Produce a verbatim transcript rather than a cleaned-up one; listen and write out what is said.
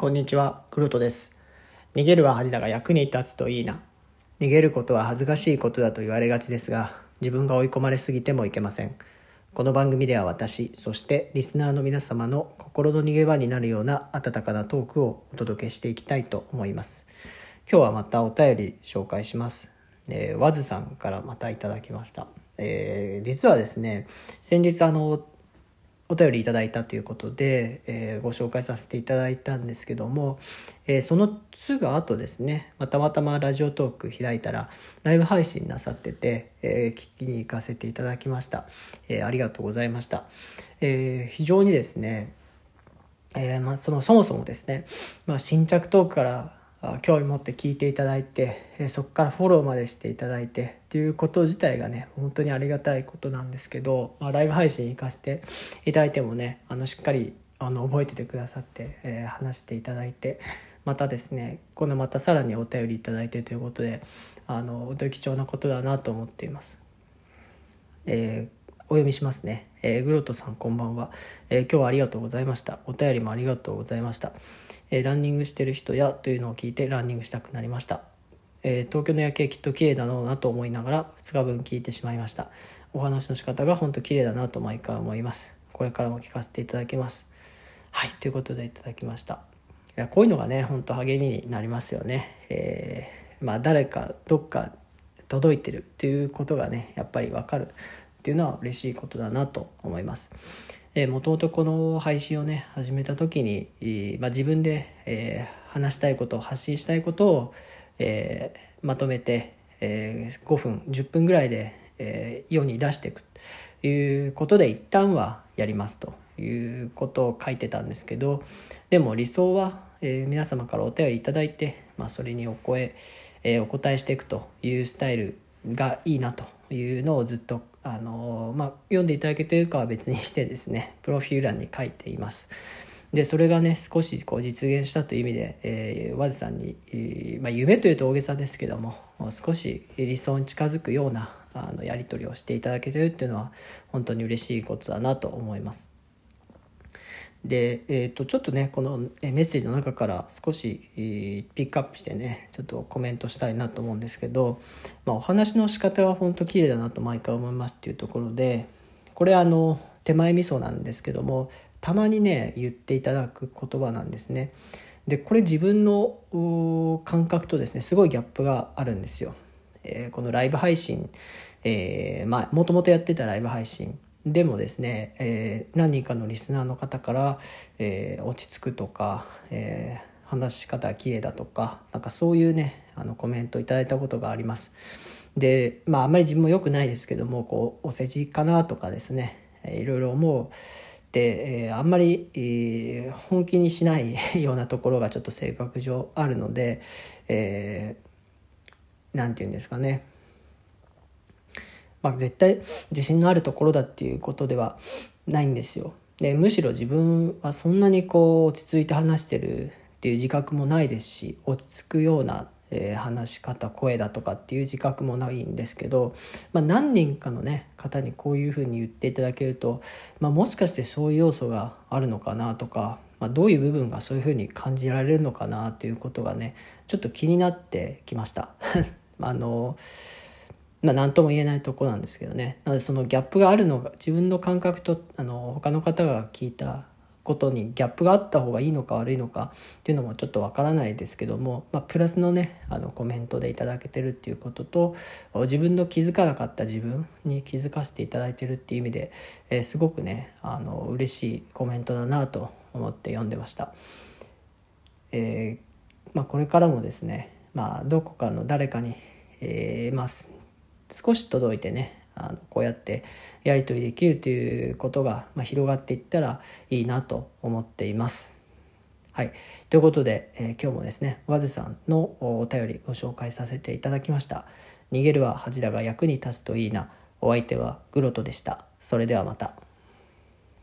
こんにちは、グロトです。逃げるは恥だが役に立つといいな。逃げることは恥ずかしいことだと言われがちですが、自分が追い込まれすぎてもいけません。この番組では私、そしてリスナーの皆様の心の逃げ場になるような温かなトークをお届けしていきたいと思います。今日はまたお便り紹介します。えー、わずさんからまたいただきました。えー、実はですね、先日あのお便りいただいたということで、えー、ご紹介させていただいたんですけども、えー、そのすぐ後ですね、まあ、たまたまラジオトーク開いたらライブ配信なさってて、えー、聞きに行かせていただきました。えー、ありがとうございました。えー、非常にですね、えーまあ、そのそもそもですね、まあ、新着トークから興味持って聞いていただいて、えー、そこからフォローまでしていただいてっていうこと自体がね本当にありがたいことなんですけど、まあ、ライブ配信行かせていただいてもねあのしっかりあの覚えててくださって、えー、話していただいて、またですねこのまたさらにお便りいただいてということで、あの本当に貴重なことだなと思っています。えーお読みしますね。えー、グロトさんこんばんは、えー、今日はありがとうございました。お便りもありがとうございました。えー、ランニングしてる人やというのを聞いてランニングしたくなりました。えー、東京の夜景きっと綺麗だろうなと思いながらふつかぶん聞いてしまいました。お話の仕方が本当綺麗だなと毎回思います。これからも聞かせていただきます。はい、ということでいただきました。いやこういうのがね本当励みになりますよね。えー、まあ誰かどっか届いてるっていうことがねやっぱり分かるっていうのは嬉しいことだなと思います。えー、もともとこの配信をね始めた時に、えーまあ、自分で、えー、話したいこと発信したいことを、えー、まとめて、えー、ごふんじゅっぷんぐらいで、えー、世に出していくということで一旦はやりますということを書いてたんですけど、でも理想は、えー、皆様からお便りいただいて、まあ、それにお声、えー、お答えしていくというスタイルがいいなというのをずっとあの、まあ、読んでいただけているかは別にしてですねプロフィール欄に書いています。でそれがね少しこう実現したという意味で、えー、和津さんに、えーまあ、夢というと大げさですけども少し理想に近づくようなあのやり取りをしていただけているっていうのは本当に嬉しいことだなと思います。で、えー、とちょっとねこのメッセージの中から少し、えー、ピックアップしてねちょっとコメントしたいなと思うんですけど、まあ、お話の仕方は本当綺麗だなと毎回思いますっていうところで、これあの手前味噌なんですけどもたまにね言っていただく言葉なんですね。でこれ自分の感覚とですねすごいギャップがあるんですよ。えー、このライブ配信、えー、まあもともとやってたライブ配信でもですね、えー、何人かのリスナーの方から、えー、落ち着くとか、えー、話し方が綺麗だとかなんかそういうねあのコメントをいただいたことがあります。でまああんまり自分も良くないですけどもこうお世辞かなとかですね、えー、いろいろ思うで、えー、あんまり、えー、本気にしないようなところがちょっと性格上あるので、えー、なんていうんですかね、まあ、絶対自信のあるところだっていうことではないんですよ。でむしろ自分はそんなにこう落ち着いて話してるっていう自覚もないですし、落ち着くような、えー、話し方声だとかっていう自覚もないんですけど、まあ、何人かのね方にこういうふうに言っていただけると、まあ、もしかしてそういう要素があるのかなとか、まあ、どういう部分がそういうふうに感じられるのかなということがねちょっと気になってきました。あのまあ、何とも言えないところなんですけどね。なのでそのギャップがあるのが自分の感覚とあの他の方が聞いたことにギャップがあった方がいいのか悪いのかっていうのもちょっとわからないですけども、まあ、プラスのねあのコメントでいただけてるっていうことと自分の気づかなかった自分に気づかせていただいてるっていう意味で、えー、すごくねあの嬉しいコメントだなと思って読んでました。えーまあ、これからもですね、まあ、どこかの誰かに、えーまあ少し届いてねあのこうやってやり取りできるということが、まあ、広がっていったらいいなと思っています。はい、ということで、えー、今日もですね和津さんのお便りご紹介させていただきました。逃げるは恥だが役に立つといいな。お相手はグロトでした。それではまた。